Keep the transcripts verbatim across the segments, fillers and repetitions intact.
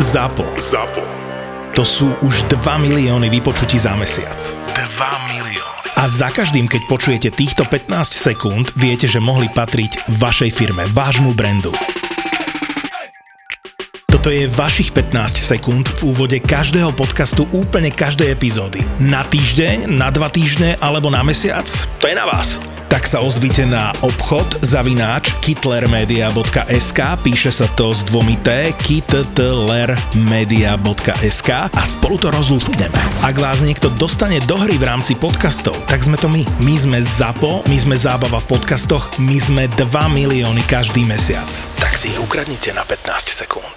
Zapo. Zapo. To sú už dva milióny vypočutí za mesiac. dva milióny. A za každým, keď počujete týchto pätnásť sekúnd, viete, že mohli patriť vašej firme, vášmu brandu. Toto je vašich pätnásť sekúnd v úvode každého podcastu úplne každej epizódy. Na týždeň, na dva týždne alebo na mesiac? To je na vás. Tak sa ozvite na obchod zavináč kitlermedia bodka es ká, píše sa to s dvomi T, kitlermedia bodka es ká a spolu to rozlúskneme. Ak vás niekto dostane do hry v rámci podcastov, tak sme to my. My sme Zapo, my sme zábava v podcastoch, my sme dva milióny každý mesiac. Tak si ich ukradnite na pätnásť sekúnd.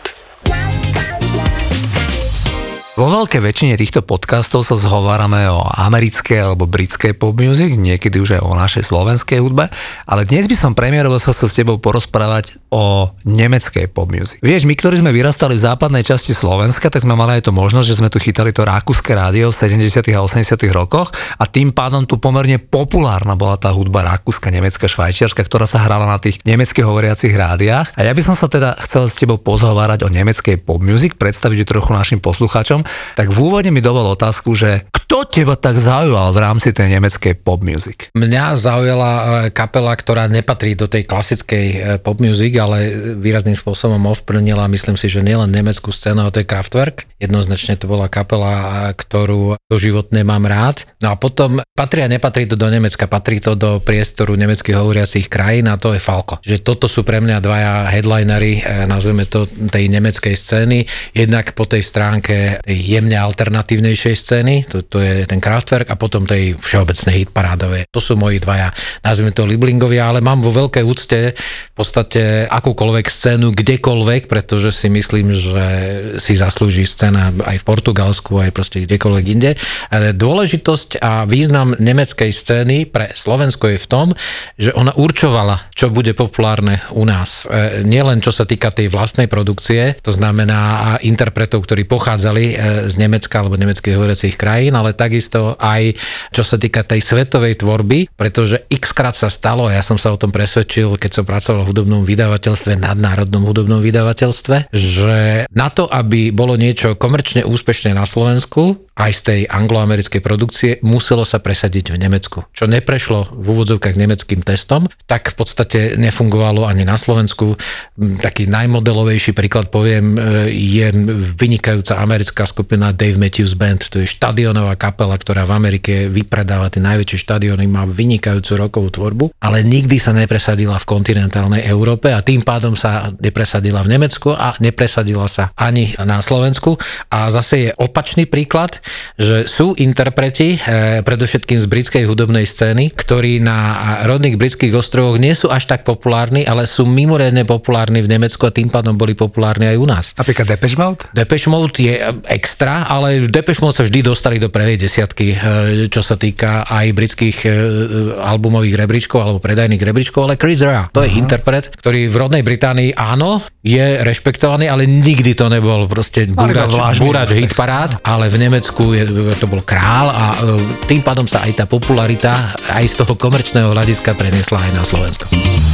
Vo veľkej väčšine týchto podcastov sa zhovárame o americkej alebo britskej pop music, niekedy už aj o našej slovenskej hudbe, ale dnes by som premiérovo sa s tebou porozprávať o nemeckej pop music. Vieš, my, ktorí sme vyrastali v západnej časti Slovenska, tak sme mali aj to možnosť, že sme tu chytali to rakúske rádio v sedemdesiatych a osemdesiatych rokoch a tým pádom tu pomerne populárna bola tá hudba rakúska, nemecká, švajčiarska, ktorá sa hrala na tých nemeckých hovoriacich rádiách. A ja by som sa teda chcel s tebou pozhovárať o nemeckej pop music, predstaviť ju trochu našim poslucháčom. Tak v úvode mi dovol otázku, že kto teba tak zaujal v rámci tej nemeckej pop music? Mňa zaujala kapela, ktorá nepatrí do tej klasickej pop music, ale výrazným spôsobom ovplyvnila, myslím si, že nielen nemeckú scénu, ale to je Kraftwerk. Jednoznačne to bola kapela, ktorú doživotne mám rád. No a potom patrí a nepatrí to do Nemecka, patrí to do priestoru nemeckých hovoriacich krajín a to je Falco. Že toto sú pre mňa dvaja headlinery, nazveme to tej nemeckej scény, jednak po tej stránke jemne alternatívnejšej scény, to, to je ten Kraftwerk a potom tej všeobecnej hitparádovej. To sú moji dvaja, nazvime to Liblingovia, ale mám vo veľkej úcte v podstate akúkoľvek scénu kdekoľvek, pretože si myslím, že si zaslúži scéna aj v Portugalsku, aj proste kdekoľvek inde. Dôležitosť a význam nemeckej scény pre Slovensko je v tom, že ona určovala, čo bude populárne u nás. Nielen čo sa týka tej vlastnej produkcie, to znamená interpretov, ktorí pochádzali z Nemecka alebo nemeckých hovoriacich krajín, ale takisto aj čo sa týka tej svetovej tvorby, pretože x-krát sa stalo, a ja som sa o tom presvedčil, keď som pracoval v hudobnom vydavateľstve, nadnárodnom hudobnom vydavateľstve, že na to, aby bolo niečo komerčne úspešné na Slovensku, aj z tej angloamerickej produkcie, muselo sa presadiť v Nemecku. Čo neprešlo v úvodzovkách nemeckým testom, tak v podstate nefungovalo ani na Slovensku. Taký najmodelovejší príklad poviem, je vynikajúca americká skupina Dave Matthews Band. To je štadionová kapela, ktorá v Amerike vypredáva tie najväčšie štadióny, má vynikajúcu rockovú tvorbu, ale nikdy sa nepresadila v kontinentálnej Európe a tým pádom sa nepresadila v Nemecku a nepresadila sa ani na Slovensku. A zase je opačný príklad, že sú interpreti, e, predovšetkým z britskej hudobnej scény, ktorí na rodných britských ostrovoch nie sú až tak populárni, ale sú mimoriadne populárni v Nemecku a tým pádom boli populárni aj u nás. Napríklad Depeche Mode? Depeche Mode je extra, ale Depeche Mode sa vždy dostali do prvej desiatky, čo sa týka aj britských albumových rebríčkov alebo predajných rebríčkov, ale Chris Rea, to Aha. je interpret, ktorý v rodnej Británii áno, je rešpektovaný, ale nikdy to nebol proste búrač, búrač hitparád, ale v Nemecku je, to bol král a tým pádom sa aj tá popularita aj z toho komerčného hľadiska preniesla aj na Slovensko.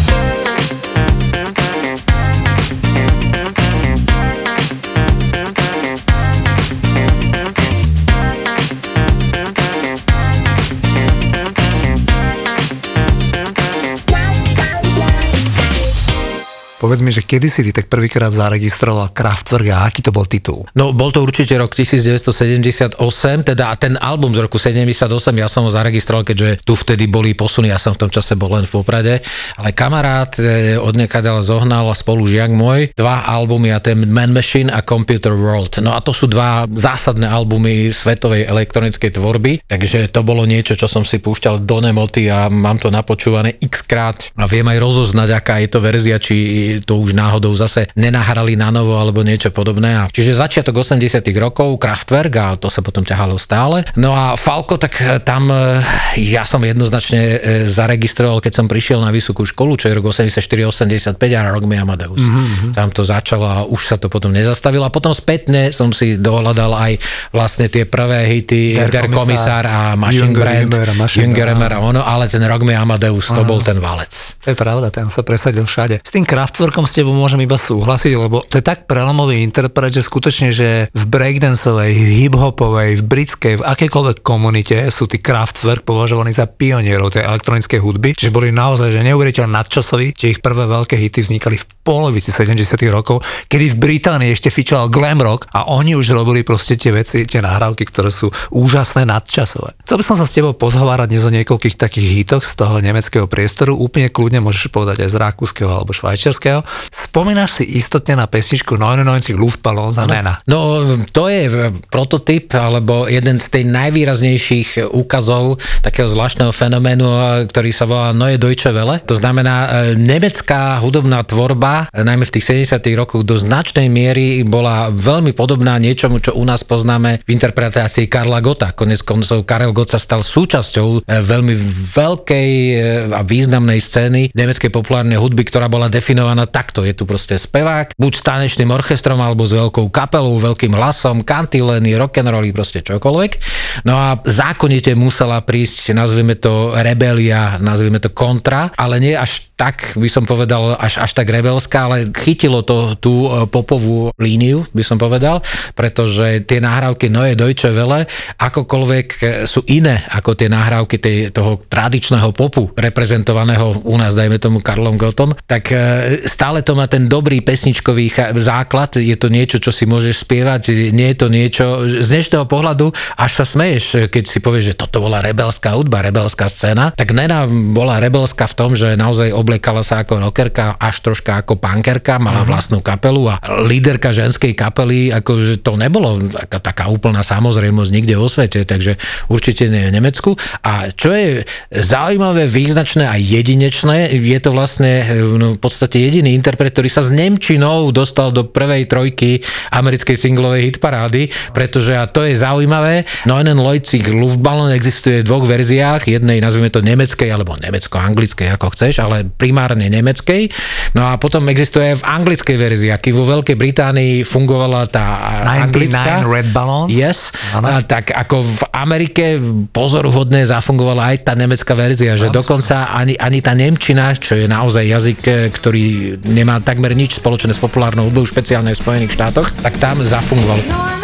Povedz mi, že kedy si ty tak prvýkrát zaregistroval Kraftwerk a aký to bol titul? No, bol to určite rok devätnásťsedemdesiatosem, teda ten album z roku sedemdesiatosem, ja som ho zaregistroval, keďže tu vtedy boli posuny, ja som v tom čase bol len v Poprade, ale kamarát odniekaďaľ zohnal spolužiak môj dva albumy, a ten Man Machine a Computer World. No a to sú dva zásadné albumy svetovej elektronickej tvorby, takže to bolo niečo, čo som si púšťal do nemoty a mám to napočúvané x krát a viem aj rozoznať, aká je to verzia, či to už náhodou zase nenahrali na novo alebo niečo podobné. Čiže začiatok osemdesiatych rokov, Kraftwerk a to sa potom ťahalo stále. No a Falco, tak tam ja som jednoznačne zaregistroval, keď som prišiel na vysokú školu, čo je rok osemdesiatštyri osemdesiatpäť a Rock Me Amadeus. Mm-hmm. Tam to začalo a už sa to potom nezastavilo a potom spätne som si dohľadal aj vlastne tie prvé hity Der Komisár a Machine Brand, Jünger a ono, ale ten Rock Me Amadeus, to bol ten valec. To je pravda, ten sa presadil všade. S tým Kraftwerk Kraftwerkom s tebou môžem iba súhlasiť, lebo to je tak prelomový interpret, že skutočne, že v breakdanceovej, hip-hopovej, v britskej, v akejkoľvek komunite sú tí Kraftwerk považovaní za pionierov tej elektronickej hudby, že boli naozaj že neuveriteľne nadčasoví. Tie ich prvé veľké hity vznikali v polovici sedemdesiatych rokov, kedy v Británii ešte fičal glam rock a oni už robili proste tie veci, tie nahrávky, ktoré sú úžasné nadčasové. Chcel by som sa s tebou pozhovárať dnes o niekoľkých takých hitoch z toho nemeckého priestoru, úplne kľudne môžeš povedať aj z rakúskeho alebo švajčiarskeho. Spomínaš si istotne na pesničku neunundneunzig Luftballons a Nena? No, to je prototyp, alebo jeden z tej najvýraznejších úkazov takého zvláštneho fenoménu, ktorý sa volá Neue Deutsche Welle. To znamená, nemecká hudobná tvorba, najmä v tých sedemdesiatych rokoch, do značnej miery bola veľmi podobná niečomu, čo u nás poznáme v interpretácii Karla Gotta. Konec koncov Karel Gott sa stal súčasťou veľmi veľkej a významnej scény nemeckej populárnej hudby, ktorá bola definovaná takto. Je tu proste spevák, buď s tanečným orchestrom, alebo s veľkou kapelou, veľkým hlasom, kantilény, rock'n'rolly, proste čokoľvek. No a zákonite musela prísť, nazvime to rebelia, nazvime to kontra, ale nie až tak, by som povedal, až, až tak rebelská, ale chytilo to tú popovú líniu, by som povedal, pretože tie nahrávky Neue Deutsche Welle akokoľvek sú iné ako tie nahrávky tej, toho tradičného popu, reprezentovaného u nás, dajme tomu Karlom Gottom, tak stále to má ten dobrý pesničkový základ, je to niečo, čo si môžeš spievať, nie je to niečo, z dnešného pohľadu až sa smeješ, keď si povieš, že toto bola rebelská hudba, rebelská scéna, tak Nena bola rebelská v tom, že naozaj obliekala sa ako rockerka, až troška ako punkerka, mala vlastnú kapelu a líderka ženskej kapely, akože to nebolo taká, taká úplná samozrejmosť nikde vo svete, takže určite nie v Nemecku. A čo je zaujímavé, význačné a jedinečné, je to vlastne no, v podstate jediný interpret, ktorý sa s nemčinou dostal do prvej trojky americkej singlovej hitparády, pretože a to je zaujímavé, neunundneunzig Luftballon existuje v dvoch verziách, jednej nazvime to nemeckej alebo nemecko-anglickej, ako chceš, ale primárne nemeckej. No a potom existuje aj v anglickej verzii, aký vo Veľkej Británii fungovala tá anglická. Red Balloons. Yes. A, tak ako v Amerike pozoruhodne zafungovala aj tá nemecká verzia, že ano, dokonca ani, ani tá nemčina, čo je naozaj jazyk, ktorý nemá takmer nič spoločné s populárnou hudbou, špeciálne v Spojených štátoch, tak tam zafungoval.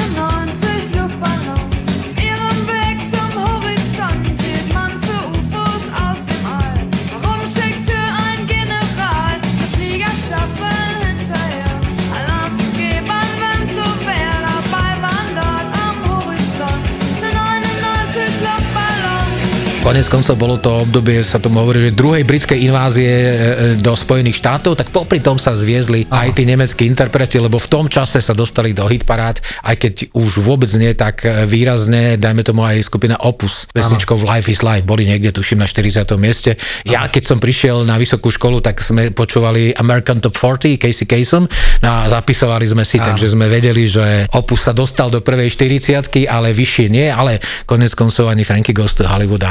Konec koncov bolo to obdobie, sa tomu hovorí, že druhej britskej invázie do Spojených štátov, tak popri tom sa zviezli Aha. aj tí nemeckí interpreti, lebo v tom čase sa dostali do hitparád, aj keď už vôbec nie tak výrazne, dajme tomu aj skupina Opus, pesničkou Life is Life, boli niekde, tuším, na štyridsiatom mieste. Ja, keď som prišiel na vysokú školu, tak sme počúvali American Top štyridsať, Casey Kasem, a zapisovali sme si, Aha. takže sme vedeli, že Opus sa dostal do prvej štyridsiatky, ale vyššie nie, ale konec koncov ani Frankie Goes to Hollywood a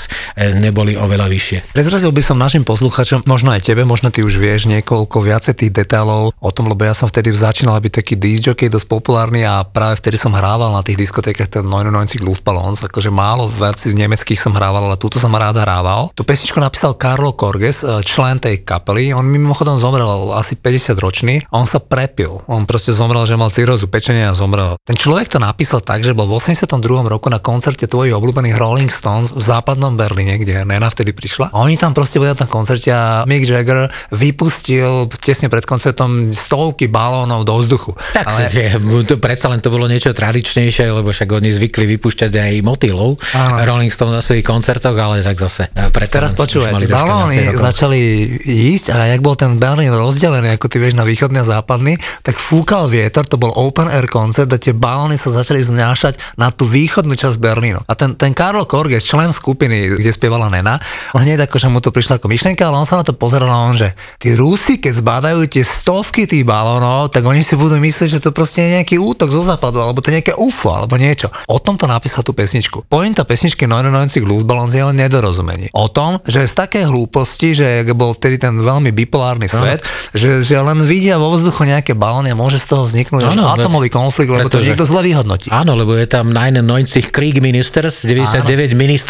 neboli oveľa vyššie. Prezradil by som našim posluchačom, možno aj tebe, možno ty už vieš niekoľko viacej tých detailov o tom, lebo ja som vtedy začínal byť taký disc jockey dosť populárny a práve vtedy som hrával na tých diskotékach ten neunundneunzig Luftballons, akože málo vecí z nemeckých som hrával, ale túto som rád hrával. Tú pesničku napísal Carlo Corges, člen tej kapely, on mimochodom zomrel asi päťdesiat ročný a on sa prepil. On proste zomrel, že mal cirrózu pečenia a zomrel. Ten človek to napísal tak, že bol v osemdesiatom druhom roku na koncerte tvojich obľúbených Rolling Stones v západnom Berlíne, kde Nena vtedy prišla. A oni tam proste boli na tom koncerte a Mick Jagger vypustil tesne pred koncertom stovky balónov do vzduchu. Tak, ale to, predsa len to bolo niečo tradičnejšie, lebo však oni zvykli vypúšťať aj motýlov Rolling Stone na svojich koncertoch, ale tak zase predsa teraz počúvaj, tie balóny začali ísť a jak bol ten Berlín rozdelený, ako ty vieš, na východný a západný, tak fúkal vietor, to bol open air koncert a tie balóny sa začali znášať na tú východnú časť Berlínu. A ten, ten Carlo Corges, člen skupiny, kde spievala Nena, hneď akože mu to prišla ako myšlienka, ale on sa na to pozeral a on, že tí Rusi, keď zbadajú tie stovky tých balónov, tak oni si budú myslieť, že to proste je nejaký útok zo západu, alebo to je nejaké ú ef ó, alebo niečo. O tom to napísal tú pesničku. Pointa pesničky neunundneunzig Luftballons je o nedorozumení. O tom, že z také hlúposti, že bol vtedy ten veľmi bipolárny svet, no. že, že len vidia vo vzduchu nejaké balóny a môže z toho vzniknúť no, no, atomový konflikt, lebo pretože, to niekto zle vyhodnotí. Áno, lebo je tam neunundneunzig Kriegministers, deväťdesiatdeväť áno. ministrov vojny,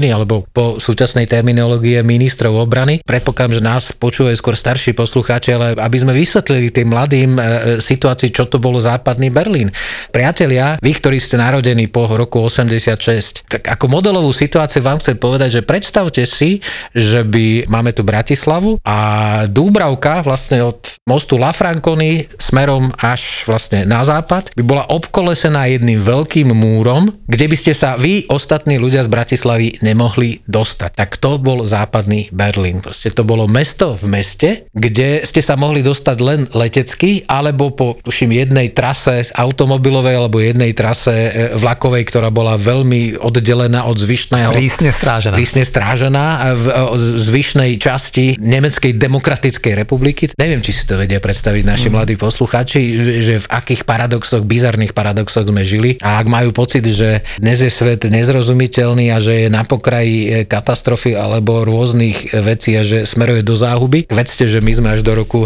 vojny, alebo po súčasnej terminológie ministrov obrany. Predpokladám, že nás počúvajú skôr starší poslucháči, ale aby sme vysvetlili tým mladým e, situácii, čo to bolo západný Berlín. Priatelia, vy, ktorí ste narodení po roku osemdesiatšesť, tak ako modelovú situáciu vám chcem povedať, že predstavte si, že by máme tu Bratislavu a Dúbravka vlastne od mostu La Franconi smerom až vlastne na západ by bola obkolesená jedným veľkým múrom, kde by ste sa vy, ostatní ľudia z Bratislavy, nemohli dostať. Tak to bol západný Berlín. Proste to bolo mesto v meste, kde ste sa mohli dostať len letecky, alebo po, tuším, jednej trase automobilovej, alebo jednej trase vlakovej, ktorá bola veľmi oddelená od zvyšného... Prísne strážená. Prísne strážená v zvyšnej časti Nemeckej demokratickej republiky. Neviem, či si to vedia predstaviť naši mm. mladí poslucháči, že v akých paradoxoch, bizarných paradoxoch sme žili. A ak majú pocit, že dnes je svet nezrozumiteľný a že je na pokraji katastrofy alebo rôznych vecí a že smeruje do záhuby, vedzte, že my sme až do roku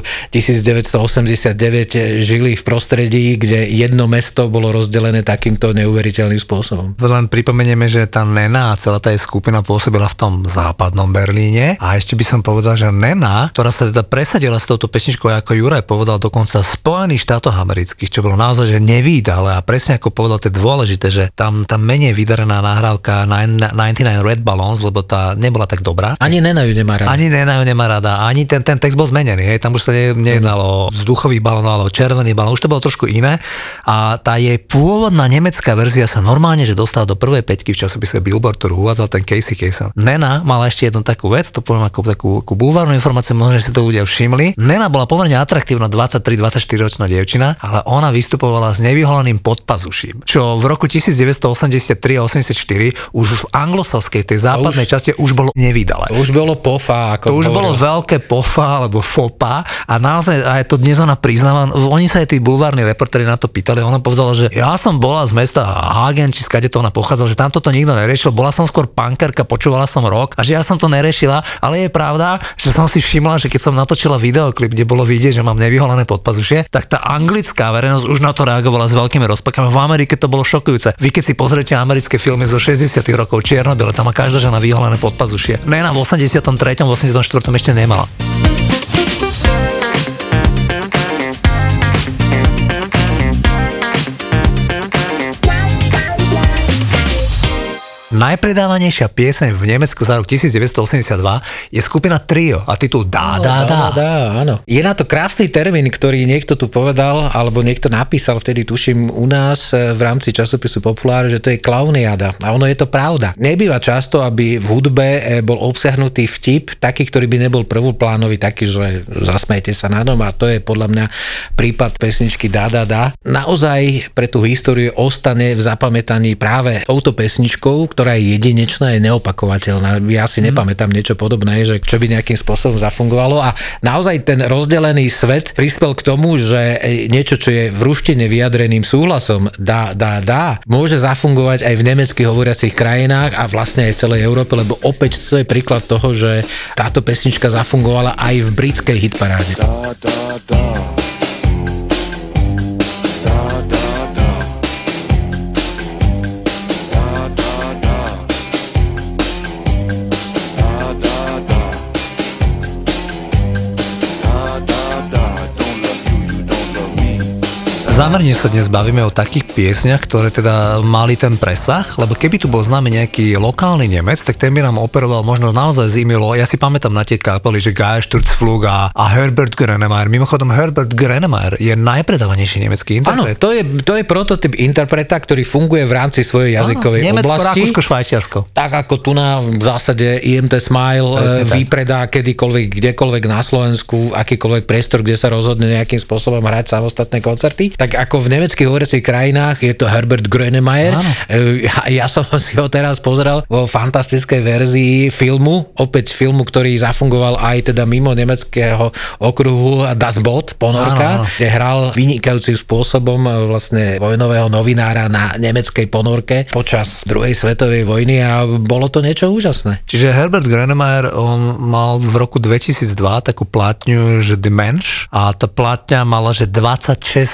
devätnásťstoosemdesiatdeväť žili v prostredí, kde jedno mesto bolo rozdelené takýmto neuveriteľným spôsobom. Len pripomenieme, že tá Nena a celá tá jej skupina pôsobila v tom západnom Berlíne a ešte by som povedal, že Nena, ktorá sa teda presadila s touto pesničkou, ako Juraj povedal, dokonca v Spojených štátoch amerických, čo bolo naozaj že nevídale a presne ako povedal, to je dôležité, že tam tam menej vydarená nahrávka deväťdesiatdeväť Red Balloons, lebo tá nebola tak dobrá. Ani Nena ju nemá rada. Ani Nena ju nemá rada, ani ten, ten text bol zmenený, hej, tam už sa ne, nejednalo o vzduchový balón, ale o červený balón, už to bolo trošku iné a tá jej pôvodná nemecká verzia sa normálne, že dostala do prvej päťky v časopise Billboard, ktorú uvádzal ten Casey Kasem. Nena mala ešte jednu takú vec, to poviem ako takú, takú bulvárnu informáciu, možno si to ľudia všimli. Nena bola pomerne atraktívna dvadsaťtri dvadsaťštyri ročná dievčina, ale ona vystupovala s nevyholeným podpazuším, čo v roku devätnásťstoosemdesiattri a osemdesiatštyri už v anglosaskej, tej západnej už, časti už bolo nevídale. To už bolo pofa, ako to už hovoril. bolo veľké pofa alebo fopa a naozaj aj to dnes ona priznáva, oni sa aj tí bulvárni reportéri na to pýtali, ona povedala, že ja som bola z mesta Hagen, či skade to ona pochádzala, že tamto to nikto neriešil, bola som skôr punkerka, počúvala som rock a že ja som to neriešila, ale je pravda, že som si všimla, že keď som natočila videoklip, kde bolo vidieť, že mám nevyholené podpazušie, tak tá anglická verejnosť už na to reagovala s veľkými rozpakami. V Amerike to bolo šokujúce. Vy keď si pozriete americké filmy zo šesťdesiatych rokov, čierno-biele, tam má každá žena vyholené podpazušie. Nena v osemdesiatom treťom, v osemdesiatom štvrtom ešte nemala. Najpredávanejšia pieseň v Nemecku za rok devätnásťstoosemdesiatdva je skupina Trio a titul Dá, dá, dá. dá, áno. Je na to krásny termín, ktorý niekto tu povedal, alebo niekto napísal, vtedy tuším u nás v rámci časopisu Populár, že to je klauniáda. A ono je to pravda. Nebýva často, aby v hudbe bol obsiahnutý vtip, taký, ktorý by nebol prvoplánový, taký, že zasmejte sa na dom, a to je podľa mňa prípad pesničky Dá, dá, dá. Naozaj pre tú históriu ostane v zapamätaní práve touto pesničkou, ktorá je jedinečná, je neopakovateľná. Ja si nepamätám niečo podobné, že čo by nejakým spôsobom zafungovalo a naozaj ten rozdelený svet prispel k tomu, že niečo, čo je v ruštine vyjadreným súhlasom dá, dá, dá, môže zafungovať aj v nemeckých hovoriacich krajinách a vlastne aj v celej Európe, lebo opäť to je príklad toho, že táto pesnička zafungovala aj v britskej hitparáde. Dá, dá, dá. Zámerne sa dnes bavíme o takých piesňach, ktoré teda mali ten presah, lebo keby tu bol známy nejaký lokálny Nemec, tak ten by nám operoval možno naozaj zimilo. Ja si pamätám na tie kapely, že Geir Sturzflug a, a Herbert Grönemeyer. Mimochodom, Herbert Grönemeyer je najpredávanejší nemecký interpret. Áno, to je, to je prototyp interpreta, ktorý funguje v rámci svojej jazykovej Áno, Nemecko, oblasti. Rakúsko, Švajčiarsko. Tak ako tu na v zásade í em té Smile Presne vypredá tak. kedykoľvek, kdekoľvek na Slovensku, akýkoľvek priestor, kde sa rozhodne nejakým spôsobom hrať samostatné koncerty. Tak ako v nemeckých hovoriacich krajinách je to Herbert Grönemeyer. Ja, ja som si ho teraz pozrel vo fantastickej verzii filmu, opäť filmu, ktorý zafungoval aj teda mimo nemeckého okruhu Das Boot, ponorka, áno, áno. kde hral vynikajúcim spôsobom vlastne vojnového novinára na nemeckej ponorke počas druhej svetovej vojny a bolo to niečo úžasné. Čiže Herbert Grönemeyer, on mal v roku dvetisícdva takú platňu, že The Mensch, a tá platňa mala, že dvadsaťšesť krát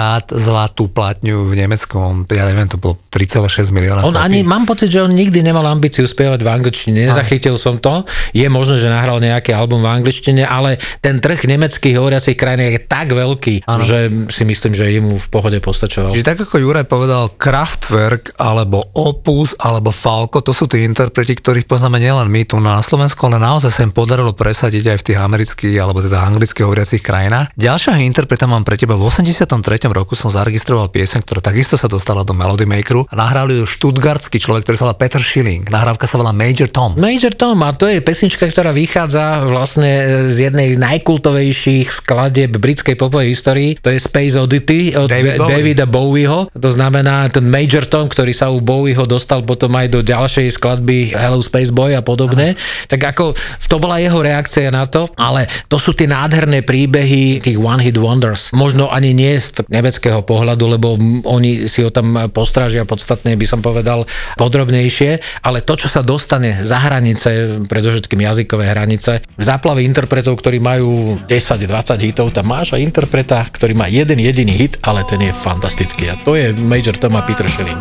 krát zlatú platňu v Nemecku. Ja neviem, to bolo tri celé šesť milióna. On ani, mám pocit, že on nikdy nemal ambíciu spievať v angličtine. Nezachytil som to. Je možné, že nahral nejaký album v angličtine, ale ten trh nemeckých hovoriacich krajín je tak veľký, ano. Že si myslím, že jemu v pohode postačoval. Čiže tak ako Juraj povedal, Kraftwerk alebo Opus alebo Falco, to sú tí interpreti, ktorých poznáme nielen my tu na Slovensku, ale naozaj sa im podarilo presadiť aj v tých amerických alebo teda anglických hovoriacich krajinách. Ďalšieho interpreta mám pre teba. V osemdesiatom treťom roku som zaregistroval pieseň, ktorá takisto sa dostala do Melody Makeru a nahrali ju štutgardský človek, ktorý sa volá Peter Schilling. Nahrávka sa volá Major Tom. Major Tom, a to je pesnička, ktorá vychádza vlastne z jednej z najkultovejších skladieb britskej popovej histórii. To je Space Oddity od David Bowie. Davida Bowieho. To znamená ten Major Tom, ktorý sa u Bowieho dostal potom aj do ďalšej skladby Hello Space Boy a podobne. Aha. Tak ako to bola jeho reakcia na to, ale to sú tie nádherné príbehy tých One Hit Wonders. Možno ani nie z nemeckého pohľadu, lebo oni si ho tam postrážia podstatne, by som povedal, podrobnejšie, ale to, čo sa dostane za hranice, predovšetkým jazykové hranice, v záplave interpretov, ktorí majú desať dvadsať hitov, tam máš aj interpreta, ktorý má jeden jediný hit, ale ten je fantastický a to je Major Tom a Peter Schilling.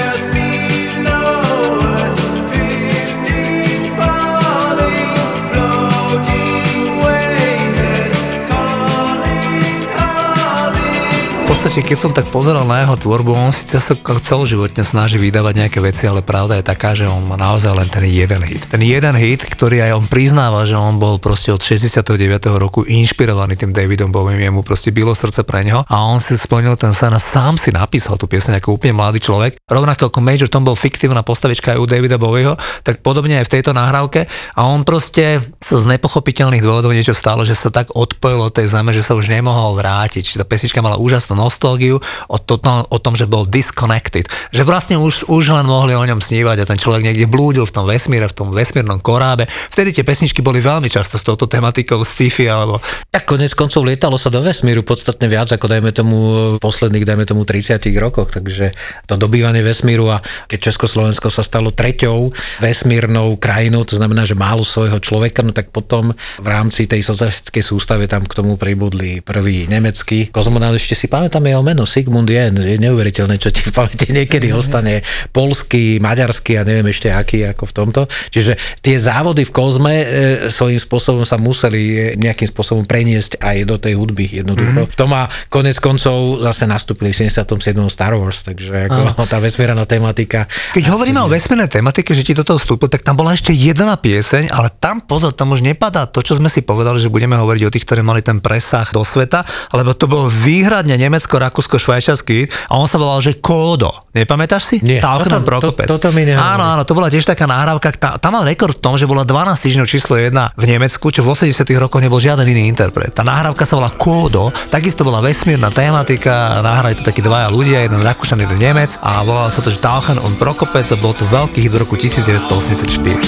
V podstate, keď som tak pozeral na jeho tvorbu, on síce sa celoživotne snaží vydávať nejaké veci, ale pravda je taká, že on má naozaj len ten jeden hit. Ten jeden hit, ktorý aj on priznáva, že on bol proste od šesťdesiateho deviateho roku inšpirovaný tým Davidom Bowiem, jemu proste bylo srdce pre neho a on si splnil ten sen a sám si napísal tú pieseň ako úplne mladý človek. Rovnako ako Major Tom bol fiktívna postavička aj u Davida Bowieho, tak podobne aj v tejto nahrávke a on proste sa z nepochopiteľných dôvodov niečo stalo, že sa tak odpojil od tej zeme, že sa už nemohol vrátiť. Čiže tá pesnička mala úžasnú nostalgiu o, to, o tom, že bol disconnected. Že vlastne už, už len mohli o ňom snívať a ten človek niekde blúdil v tom vesmíre, v tom vesmírnom korábe. Vtedy tie pesničky boli veľmi často s touto tematikou sci-fi alebo... Tak konec koncov lietalo sa do vesmíru podstatne viac ako dajme tomu v posledných, dajme tomu tridsiatich rokoch, takže to dobývanie vesmíru a keď Československo sa stalo treťou vesmírnou krajinou, to znamená, že málo svojho človeka, no tak potom v rámci tej socialistickej sústave tam k tomu pribudli prvý nemecký kozmonaut, ešte si pamätám jeho meno, Sigmund Jähn, je neuveriteľné, čo ti v pamäti niekedy ostane, polský, maďarský a neviem ešte aký ako v tomto. Čiže tie závody v kozme e, svojím spôsobom sa museli nejakým spôsobom preniesť aj do tej hudby jednoducho. Mm-hmm. To má konec koncov zase nastúpili v sedemdesiatom siedmom Star Wars, takže ako tá vesmírna tematika. Keď hovoríme o vesmírnej tematike, že ti do toho vstúpil, tak tam bola ešte jedna pieseň, ale tam pozor, tam už nepadá to, čo sme si povedali, že budeme hovoriť o tých, ktorí mali ten presah do sveta, lebo to bol výhradne Nemecko, Rakúsko, švajčiarsky a on sa volal, že Kódo. Nepamätáš si? Nie. Tauchen Prokopec. To, toto mi nehovorí. Áno, áno, to bola tiež taká nahrávka. Tá, tam mal rekord v tom, že bola dvanásť týždňov číslo jedna v Nemecku, čo v osemdesiatych rokoch nebol žiaden iný interpret. Tá nahrávka sa volá Kódo, takisto bola vesmírna tematika, nahrali to takí dvaja ľudia, jeden Rakúšan, jeden Nemec a volalo sa to, že Tauchen und Prokopec a bol to veľký hit v roku devätnásťstoosemdesiatštyri.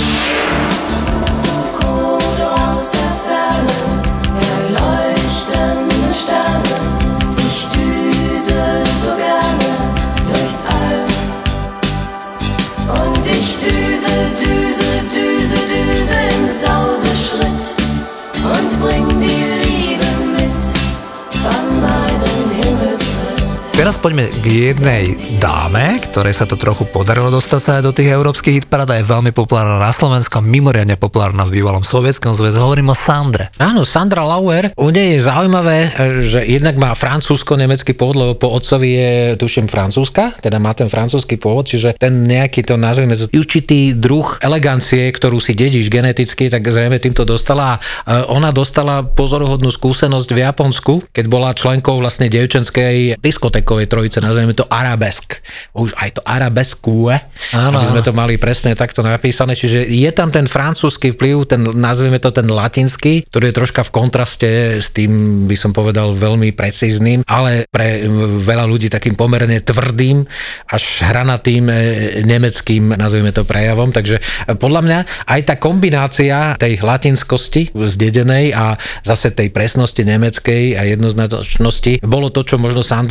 Teraz poďme k jednej dáme, ktorej sa to trochu podarilo dostať sa aj do tých európskych hitparád a je veľmi populárna na Slovensku a mimoriadne populárna v bývalom Sovietskom zväze. Hovorím o Sandre. Áno, Sandra Lauer. U nej je zaujímavé, že jednak má francúzsko-nemecký pôvod, lebo po otcovi je, tuším, francúzska, teda má ten francúzsky pôvod, čiže ten nejaký to nazvime to určitý druh elegancie, ktorú si dedíš geneticky, tak zrejme týmto dostala. Ona dostala pozoruhodnú skúsenosť v Japonsku, keď bola členkou vlastne dievčenskej diskotéky trojice, nazveme to arabesk. Už aj to arabesku, aby sme to mali presne takto napísané. Čiže je tam ten francúzsky vplyv, ten, nazveme to ten latinský, ktorý je troška v kontraste s tým, by som povedal, veľmi precízným, ale pre veľa ľudí takým pomerne tvrdým, až hranatým nemeckým, nazveme to prejavom. Takže podľa mňa aj tá kombinácia tej latinskosti zdedenej a zase tej presnosti nemeckej a jednoznačnosti bolo to, čo možno Sandru odlíšilo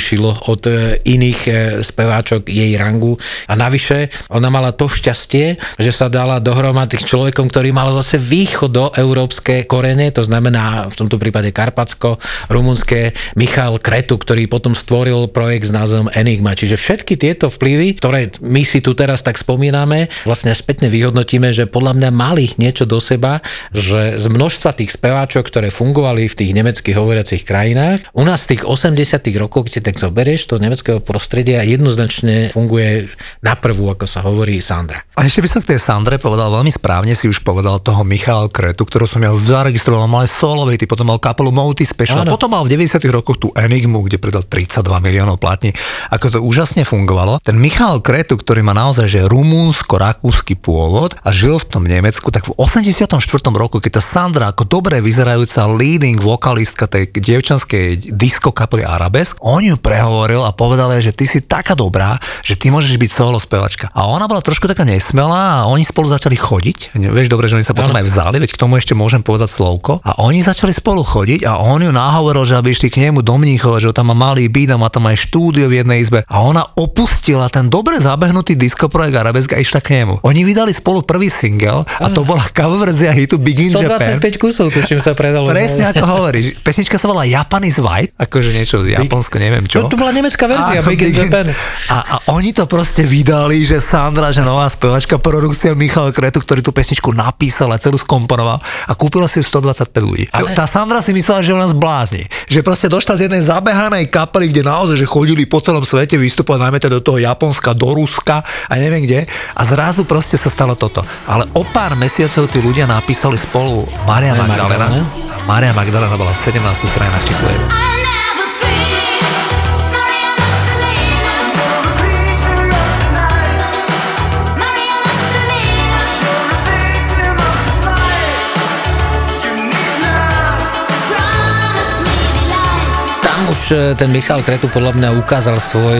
odlíšilo od iných speváčok jej rangu. A navyše, ona mala to šťastie, že sa dala dohromady s človekom, ktorý mal zase východoeurópske korene, to znamená v tomto prípade Karpatsko, rumunské, Michal Cretu, ktorý potom stvoril projekt s názvom Enigma. Čiže všetky tieto vplyvy, ktoré my si tu teraz tak spomíname, vlastne spätne vyhodnotíme, že podľa mňa mali niečo do seba, že z množstva tých speváčok, ktoré fungovali v tých nemeckých hovoriacich krajinách, u nás z tých osemdesiatych rokov, keď si tak zoberieš, to nemeckého prostredia jednoznačne funguje na prvú, ako sa hovorí, Sandra. A ešte by som k tej Sandre povedal veľmi správne, si už povedal toho Michal Cretu, ktorú som ja zaregistroval, mal aj solovej, ty potom mal kapelu Multi Special, áno. Potom mal v deväťdesiatych rokoch tú Enigmu, kde predal tridsaťdva miliónov platní. Ako to úžasne fungovalo. Ten Michal Cretu, ktorý má naozaj že rumúnsko-rakúsky pôvod a žil v tom Nemecku, tak v osemdesiatom štvrtom roku, keď tá Sandra ako dobre vyzerajúca leading vokalistka tej dievčanskej disco kapely Arabesk, on ju prehovoril a povedal jej, že ty si taká dobrá, že ty môžeš byť solo spevačka. A ona bola trošku taká nesmelá a oni spolu začali chodiť. Vieš dobre, že oni sa potom aj vzali, veď k tomu ešte môžem povedať slovko. A oni začali spolu chodiť a on ju nahovoril, že aby išli k nemu do Mníchova, že tam má malý byt a má tam aj štúdio v jednej izbe. A ona opustila ten dobre zabehnutý disco projekt Arabesk a išla k nemu. Oni vydali spolu prvý single a to bola cover verzia hitu Big in Japan. stodvadsaťpäť kusov, tuším, sa predalo. Presne ako hovoríš. Pesnička sa volá Japan is White, akože niečo z Japonsko, neviem čo. No, to bola nemecká verzia Big, Big in Japan. A, a oni to proste vydali, že Sandra, že nová spevačka, produkcia Michal Cretu, ktorý tú pesničku napísal a celú skomponoval a kúpilo si ju stodvadsaťpäť ľudí. Ale... Tá Sandra si myslela, že ona zblázni. Že proste došla z jednej zabehanej kapely, kde naozaj že chodili po celom svete vystupovať, najmä teda do toho Japonska, do Ruska a neviem kde. A zrazu proste sa stalo toto. Ale o pár mesiacov tí ľudia napísali spolu Mária Magdalena. A Mária Magdalena bola v sedemnástich krajinách číslo jeden. Už ten Michal Cretu podľa mňa ukázal svoj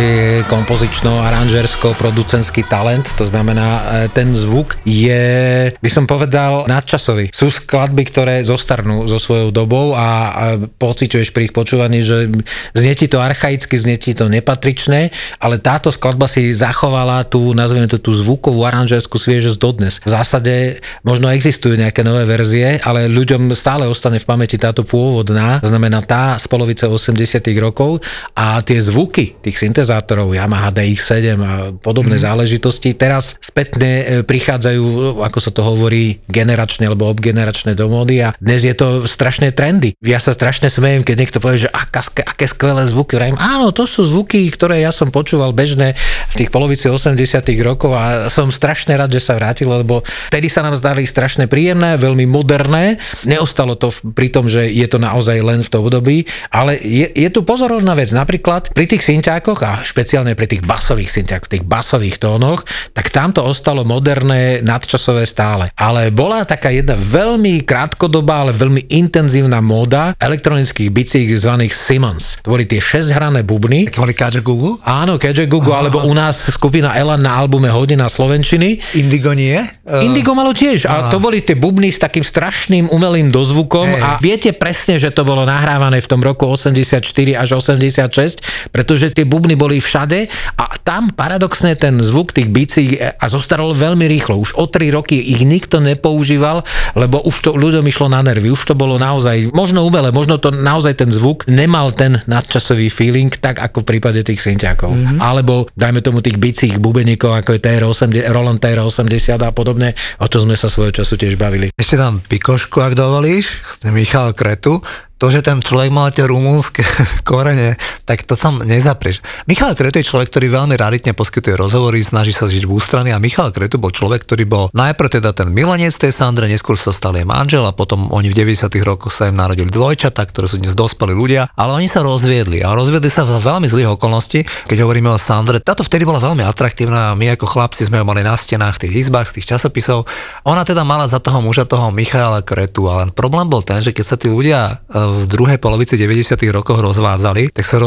kompozično-aranžersko-producentský talent, to znamená, ten zvuk je, by som povedal, nadčasový. Sú skladby, ktoré zostarnú so svojou dobou a, a pociťuješ pri ich počúvaní, že znie ti to archaicky, znie ti to nepatričné, ale táto skladba si zachovala tú, nazvime to tú zvukovú aranžerskú sviežosť dodnes. V zásade možno existujú nejaké nové verzie, ale ľuďom stále ostane v pamäti táto pôvodná, to znamená tá z polovice osemdesiatych rokov a tie zvuky tých syntezátorov Yamaha dé iks sedem a podobné mm. záležitosti teraz spätne prichádzajú, ako sa to hovorí, generačne alebo obgeneračné do módy a dnes je to strašné trendy. Ja sa strašne smejem, keď niekto povie, že aká, aké skvelé zvuky. Vrajím, áno, to sú zvuky, ktoré ja som počúval bežné v tých polovici osemdesiatych rokov a som strašne rád, že sa vrátil, lebo vtedy sa nám zdali strašne príjemné, veľmi moderné. Neostalo to pri tom, že je to naozaj len v tom období, ale je, je tu pozorovná vec, napríklad pri tých synťákoch a špeciálne pri tých basových synťákoch, tých basových tónoch, tak tam to ostalo moderné, nadčasové stále. Ale bola taká jedna veľmi krátkodobá, ale veľmi intenzívna móda elektronických bicích zvaných Simmons. To boli tie šesťhrané bubny. Tak boli Kajagoogoo? Áno, Kajagoogoo, alebo u nás skupina Elan na albume Hodina slovenčiny. Indigo nie? Uh... Indigo malo tiež. A to boli tie bubny s takým strašným umelým dozvukom hey. A viete presne, že to bolo nahrávané v tom roku osemdesiatštyri až osemdesiatšesť, pretože tie bubny boli všade a tam paradoxne ten zvuk tých bicí a zostarol veľmi rýchlo. Už o tri roky ich nikto nepoužíval, lebo už to ľuďom išlo na nervy. Už to bolo naozaj, možno umelé, možno to naozaj ten zvuk nemal ten nadčasový feeling, tak ako v prípade tých synťákov. Mm-hmm. Alebo dajme tomu tých bicích bubeníkov, ako je té er osemdesiat, Roland té er osemdesiat a podobne, o čo sme sa svojho času tiež bavili. Ešte tam pikošku, ak dovolíš, Michal Cretu. To, že ten človek mal tie rumúnske korene, tak to tam nezaprieš. Michal Cretu je človek, ktorý veľmi raritne poskytuje rozhovory, snaží sa žiť v ústrany a Michal Cretu bol človek, ktorý bol najprv teda ten milenec tej Sandre, neskôr sa stal jej manžel a potom oni v deväťdesiatych rokoch sa im narodili dvojčatá, ktoré sú dnes dospelí ľudia, ale oni sa rozviedli a rozviedli sa v veľmi zlých okolností. Keď hovoríme o Sandre, táto vtedy bola veľmi atraktívna, my ako chlapci sme ju mali na stenách v tých izbách, z tých časopisov. Ona teda mala za toho muža toho Michala Cretu, ale problém bol ten, že keď sa tí ľudia v druhej polovici deväťdesiatych rokoch rozvádzali, tak sa rozvádzali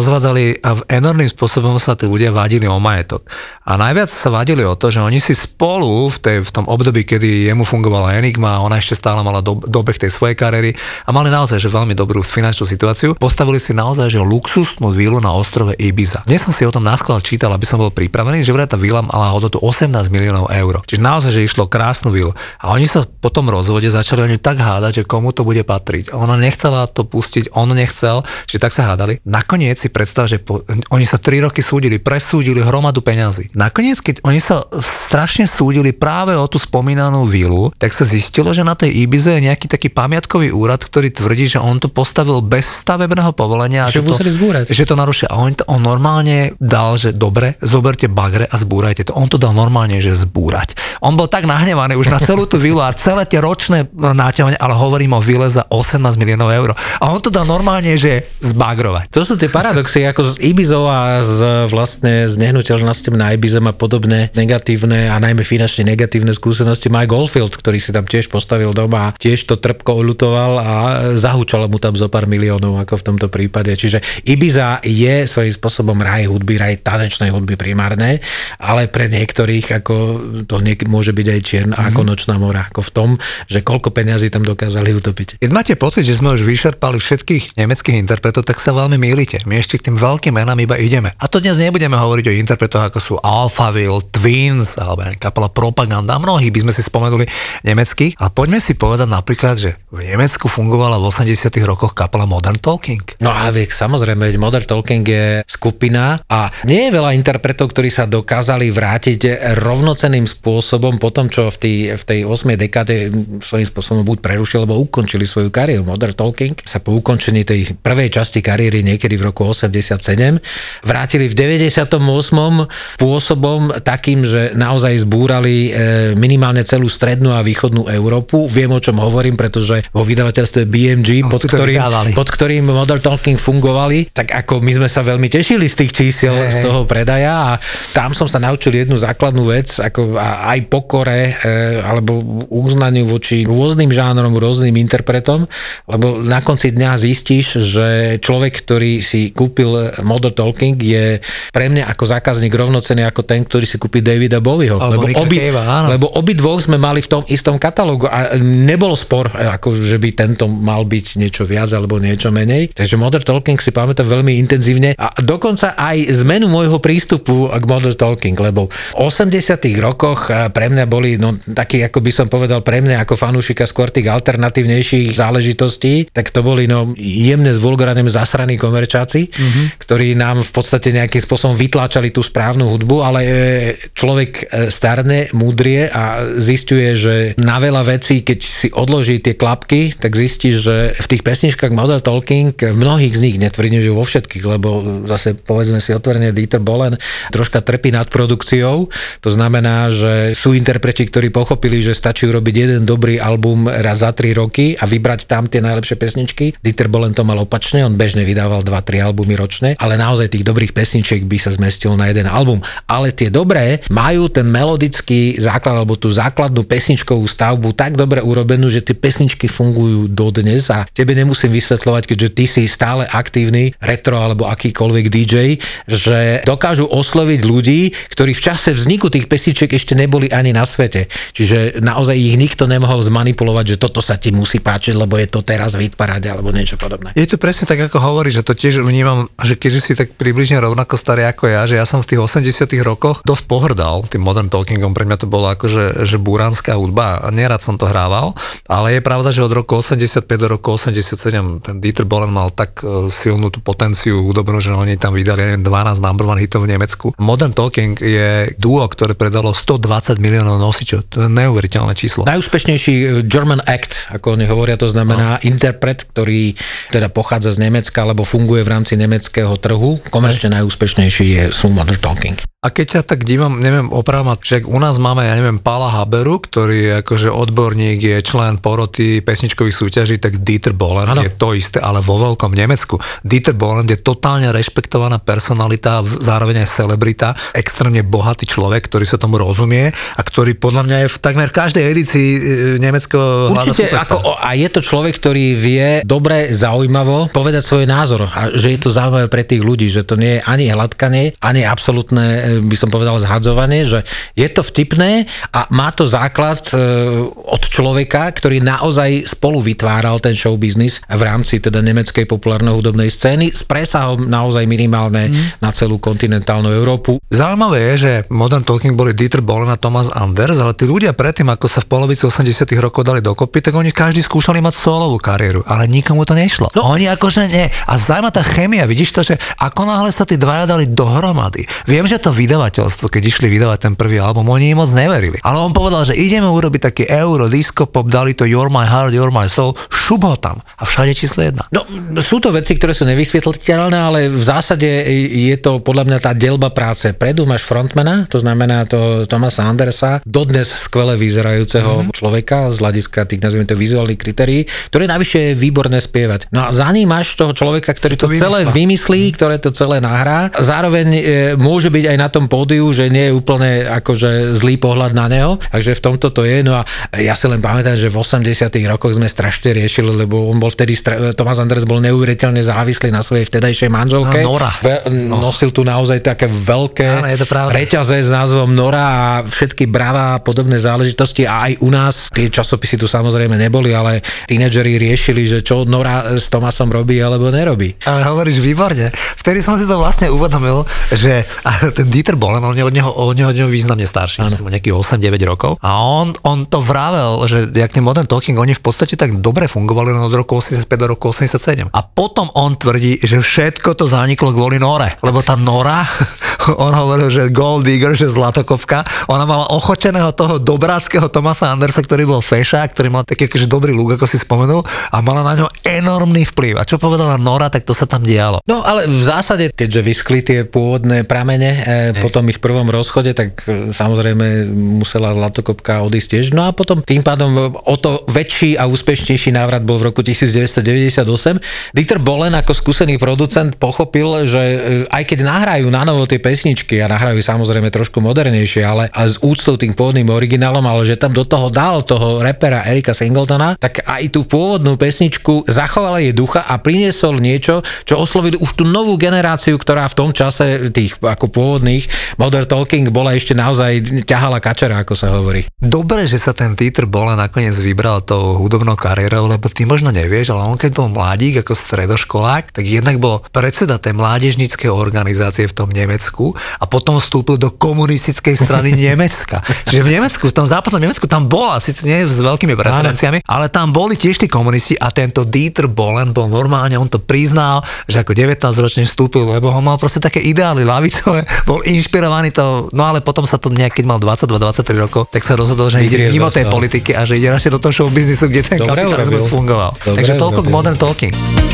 rozvádzali a v enormným spôsobom sa tí ľudia vadili o majetok. A najviac sa vadili o to, že oni si spolu v, tej, v tom období, kedy jemu fungovala Enigma, ona ešte stále mala do, dobeh tej svojej kariéry a mali naozaj že veľmi dobrú finančnú situáciu, postavili si naozaj že luxusnú vilu na ostrove Ibiza. Dnes som si o tom náskôr čítal, aby som bol pripravený, že vraj tá vila mala hodnotu osemnásť miliónov eur. Čiže naozaj, že išlo krásnu vilu. A oni sa po tom rozvode začali oni tak hádať, že komu to bude patriť. Ona nechcela to pustiť, on nechcel, že tak sa hádali. Nakoniec si predstav, že po, oni sa tri roky súdili, presúdili hromadu peňazí. Nakoniec, keď oni sa strašne súdili práve o tú spomínanú vilu, tak sa zistilo, že na tej Ibize je nejaký taký pamiatkový úrad, ktorý tvrdí, že on to postavil bez stavebného povolenia. Že, že museli zbúrať. Že to narušia. A on, to, on normálne dal, že dobre, zoberte bagre a zbúrajte to. On to dal normálne, že zbúrať. On bol tak nahnevaný už na celú tú vilu a celé tie ročné náťahovanie, ale hovorím o vile za osemnásť miliónov eur. A on to dal normálne, že zbagrovať. To sú tie paradoxy, ako z Ibizou a z vlastne z nehnuteľnosťami na Ibize má podobné negatívne a najmä finančne negatívne skúsenosti. Mike Oldfield, ktorý si tam tiež postavil doma a tiež to trpko oľutoval a zahúčalo mu tam zo pár miliónov, ako v tomto prípade. Čiže Ibiza je svojím spôsobom raj hudby, raj tanečnej hudby primárne, ale pre niektorých ako to niek- môže byť aj čierna mm-hmm. ako nočná mora, ako v tom, že koľko peňazí tam dokázali utopiť. Keď máte pocit, že sme už vyčerpali všetkých nemeckých interpretov, tak sa veľmi mýlite. My ešte k tým veľkým menám iba ideme. A to dnes nebudeme hovoriť o interpretoch, ako sú Alphaville, Twins, alebo kapela Propaganda. Mnohí by sme si spomenuli nemeckých. A poďme si povedať napríklad, že v Nemecku fungovala v osemdesiatych rokoch kapela Modern Talking. No ale viek, samozrejme, Modern Talking je skupina a nie je veľa interpretov, ktorí sa dokázali vrátiť rovnocenným spôsobom po tom, čo v tej, v tej ôsmej dekáde svojím spôsobom buď prerušili, alebo ukončili svoju kariéru. Modern Talking sa po ukončení tej prvej časti kariéry niekedy v roku osemdesiatsedem vrátili v deväťdesiatom ôsmom spôsobom takým, že naozaj zbúrali minimálne celú strednú a východnú Európu. Viem, o čom hovorím, pretože vo vydavateľstve bé em gé, pod ktorým, pod ktorým Modern Talking fungovali, tak ako my sme sa veľmi tešili z tých čísiel, hey, z toho predaja a tam som sa naučil jednu základnú vec, ako aj pokore, alebo uznaniu voči rôznym žánrom, rôznym interpretom, lebo na konci dňa zistíš, že človek, ktorý si kúpil Modern Talking, je pre mňa ako zákazník rovnocenný ako ten, ktorý si kúpi Davida Bowieho. Lebo, obi, lebo obi dvoch sme mali v tom istom katalógu a nebol spor, ako že by tento mal byť niečo viac alebo niečo menej. Takže Modern Talking si pamätám veľmi intenzívne a dokonca aj zmenu môjho prístupu k Modern Talking, lebo v osemdesiatych rokoch pre mňa boli, no taký, ako by som povedal, pre mňa ako fanúšika skôr tých alternatívnejších záležitostí, tak to boli no jemne s vulgárnym zasraní komerčáci, mm-hmm. ktorí nám v podstate nejakým spôsobom vytláčali tú správnu hudbu, ale človek starne, múdrie a zisťuje, že na veľa vecí, keď si odloží tie klapky, tak zistíš, že v tých pesničkách Modern Talking, v mnohých z nich, netvrdím, že vo všetkých, lebo zase povedzme si otvorene, Dieter Bohlen troška trpí nad produkciou. To znamená, že sú interpreti, ktorí pochopili, že stačí urobiť jeden dobrý album raz za tri roky a vybrať tam tie najlepšie pesničky. Dieter Bohlen to mal opačne, on bežne vydával dva tri albumy ročne, ale naozaj tých dobrých pesničiek by sa zmestilo na jeden album. Ale tie dobré majú ten melodický základ alebo tú základnú pesničkovú stavbu tak dobre urobenú, že tie pesničky fungujú dodnes a tebe nemusím vysvetľovať, keďže ty si stále aktívny retro alebo akýkoľvek dý džej, že dokážu osloviť ľudí, ktorí v čase vzniku tých pesničiek ešte neboli ani na svete. Čiže naozaj ich nikto nemohol zmanipulovať, že toto sa ti musí páčiť, lebo je to teraz v hitparáde alebo niečo podobné. Je to presne tak, ako hovoríš, že to tiež vnímam, že keďže si tak približne rovnako starý ako ja, že ja som v tých osemdesiatych rokoch dosť pohrdal tým Modern Talkingom, pre mňa to bolo akože že buránska hudba a nerad som to hrával, ale je pravda, že od roku osemdesiatpäť do roku osemdesiatsedem ten Dieter Bohlen mal tak silnú tú potenciu hudobnú, že oni tam vydali dvanásť number one hitov v Nemecku. Modern Talking je duo, ktoré predalo stodvadsať miliónov nosičov. To je neuveriteľné číslo. Najúspešnejší German act, ako oni hovoria, to znamená no. interpret, ktorý teda pochádza z Nemecka alebo funguje v rámci nemeckého trhu. Komerčne najúspešnejší je sú Modern Talking. A keď ja tak dívam, neviem, opravma, že u nás máme, ja neviem, Pála Haberu, ktorý je akože odborník, je člen poroty pesničkových súťaží, tak Dieter Bohlen ano. Je to isté, ale vo veľkom Nemecku. Dieter Bohlen je totálne rešpektovaná personalita, zároveň aj celebrita, extrémne bohatý človek, ktorý sa tomu rozumie a ktorý podľa mňa je v takmer každej edícii nemeckého hľada Určite, ako, a je to človek, ktorý vie dobre, zaujímavo povedať svoj názor a že je to zaujímavé pre tých ľudí, že to nie je ani hladkanie, ani absolútne, by som povedal, zhadzovanie, že je to vtipné a má to základ od človeka, ktorý naozaj spolu vytváral ten show business v rámci teda nemeckej populárno-hudobnej scény s presahom naozaj minimálne mm. na celú kontinentálnu Európu. Zaujímavé je, že Modern Talking boli Dieter Bohlen a Thomas Anders, ale tí ľudia predtým, ako sa v polovici osemdesiatych rokov dali dokopy, tak oni každý skúšali mať solovú kariéru, ale nikomu to nešlo. No. Oni akože nie. A vzájma tá chémia, vidíš to, že ako náhle sa tí dvaja dali dohromady. Viem, že to vydavateľstvo, keď išli vydávať ten prvý album, oni im moc neverili. Ale on povedal, že ideme urobiť taký euro, disco pop, dali to You're My Heart, You're My Soul, šup ho tam. A všade číslo jedna. No, sú to veci, ktoré sú nevysvetliteľné, ale v zásade je to podľa mňa tá delba práce. Predu máš frontmana, to znamená to Thomasa Andersa, dodnes skvele vyzerajúceho mm-hmm. človeka z hľadiska tých, nazvime to, vizuálnych kritérií, ktoré navyše je výborné spievať. No a za ním máš toho človeka, ktorý to, to celé vymyslí, ktoré to celé nahrá. Zároveň e, môže byť aj na tom pódiu, že nie je úplne akože zlý pohľad na neho, takže v tomto to je. No a ja si len pamätám, že v osemdesiatych rokoch sme strašne riešili, lebo on bol vtedy, Thomas Anders bol neuveriteľne závislý na svojej vtedajšej manželke. No, Nora. Ve, nosil tu naozaj také veľké áno, reťaze s názvom Nora a všetky bravá a podobné záležitosti a aj u nás tie časopisy tu samozrejme neboli, ale tínedžeri riešili, že čo Nora s Thomasom robí alebo nerobí. Ale hovoríš výborne. Vtedy som si to vlastne uvedomil, že ten Dieter Bohlen, on je od neho, od neho, od neho významne starší, myslím, nejakých osem deväť rokov. A on, on to vravel, že jak ten Modern Talking, oni v podstate tak dobre fungovali od roku osemdesiatpäť do roku osemdesiatsedem. A potom on tvrdí, že všetko to zaniklo kvôli Nore. Lebo tá Nora, on hovoril, že Gold Digger, že zlatokopka, ona mala ochočeného toho dobráckého Thomasa Andersa, ktorý bol fešák, ktorý mal taký akože dobrý look, ako si spomenul, a mala na ňo enormný vplyv. A čo povedala Nora, tak to sa tam dialo. No ale v zásade, keďže vyschli tie pôvodné pramene e, po tom ich prvom rozchode, tak e, samozrejme musela zlatokopka odísť tiež. No a potom tým pádom o to väčší a úspešnejší návrat bol v roku devätnásťstodeväťdesiatosem. Dieter Bohlen ako skúsený producent pochopil, že aj keď nahrajú na novo tie pesničky a nahrajú samozrejme trošku modernejšie, ale a s úctou tým pôvodným originálom, ale že tam do toho dal toho rapera Erika Singletona, tak aj tú pôvodnú pesničku zachoval jej ducha a priniesol niečo, čo oslovili už tú novú generáciu, ktorá v tom čase tých ako pôvodných Modern Talking bola ešte naozaj ťahala kačera, ako sa hovorí. Dobre, že sa ten Dieter Bohlen nakoniec vybral tou hudobnou kariérou, lebo ty možno nevieš, ale on keď bol mladík ako stredoškolák, tak jednak bol predseda tej mládežníckej organizácie v tom Nemecku a potom vstúpil do komunistickej strany Nemecka. Čiže v Nemecku, v tom západnom Nemecku tam bola, síce nie s veľkými preferenciami, ale tam boli tiež tí komunisti a tento Dieter Bohlen bol normálne, on to priznal, že ako devätnásťročný vstúpil, lebo on mal proste také ideály ľavicové, bol inšpirovaný to, no ale potom sa to nejak, keď mal dvadsaťdva dvadsaťtri rokov, tak sa rozhodol, že ide mimo tej politiky a že ide radšej do toho show biznisu, kde ten kapitalizmus fungoval. Dobre, takže toľko urobil. K Modern Talking.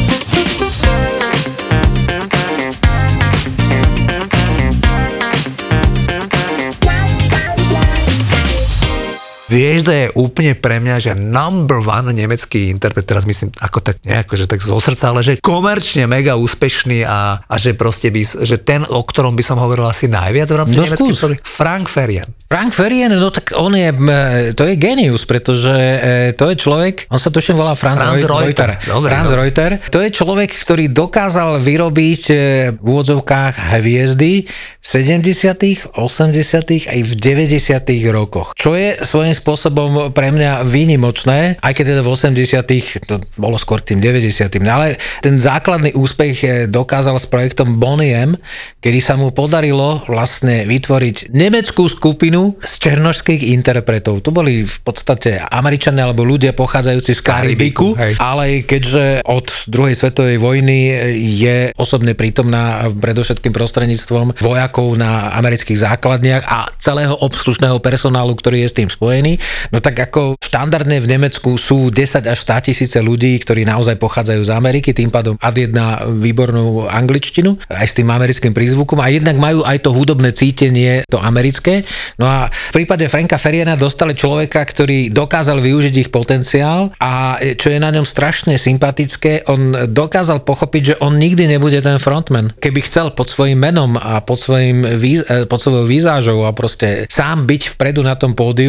Vieš, to je úplne pre mňa, že number one nemecký interpret, teraz myslím ako tak nejako, že tak zo srdca, ale že komerčne mega úspešný a, a že proste by, že ten, o ktorom by som hovoril asi najviac v rámci no nemeckých, Frank Farian. Frank Farian, no tak on je, to je genius, pretože to je človek, on sa tuším volá Franz, Franz Reuter. Reuter. Dobre, Franz dobre. Reuter. To je človek, ktorý dokázal vyrobiť v úvodzovkách hviezdy v sedemdesiatych, osemdesiatych aj v deväťdesiatych rokoch. Čo je svojím spôsobom pre mňa výnimočné, aj keď teda v osemdesiatych to bolo skôr tým deväťdesiatym Ale ten základný úspech dokázal s projektom Boney M, kedy sa mu podarilo vlastne vytvoriť nemeckú skupinu z černošských interpretov. To boli v podstate Američania alebo ľudia pochádzajúci z Karibiku, Karibiku ale keďže od druhej svetovej vojny je osobne prítomná predovšetkým prostredníctvom vojakov na amerických základniach a celého obslužného personálu, ktorý je s tým spojený, no tak ako štandardne v Nemecku sú desať až sto tisíce ľudí, ktorí naozaj pochádzajú z Ameriky, tým pádom ad jedna výbornú angličtinu, aj s tým americkým prízvukom a jednak majú aj to hudobné cítenie, to americké. No a v prípade Franka Fariana dostali človeka, ktorý dokázal využiť ich potenciál a čo je na ňom strašne sympatické, on dokázal pochopiť, že on nikdy nebude ten frontman. Keby chcel pod svojím menom a pod, svojím, pod svojou výzážou a proste sám byť vpredu na tom pódiu, nikdy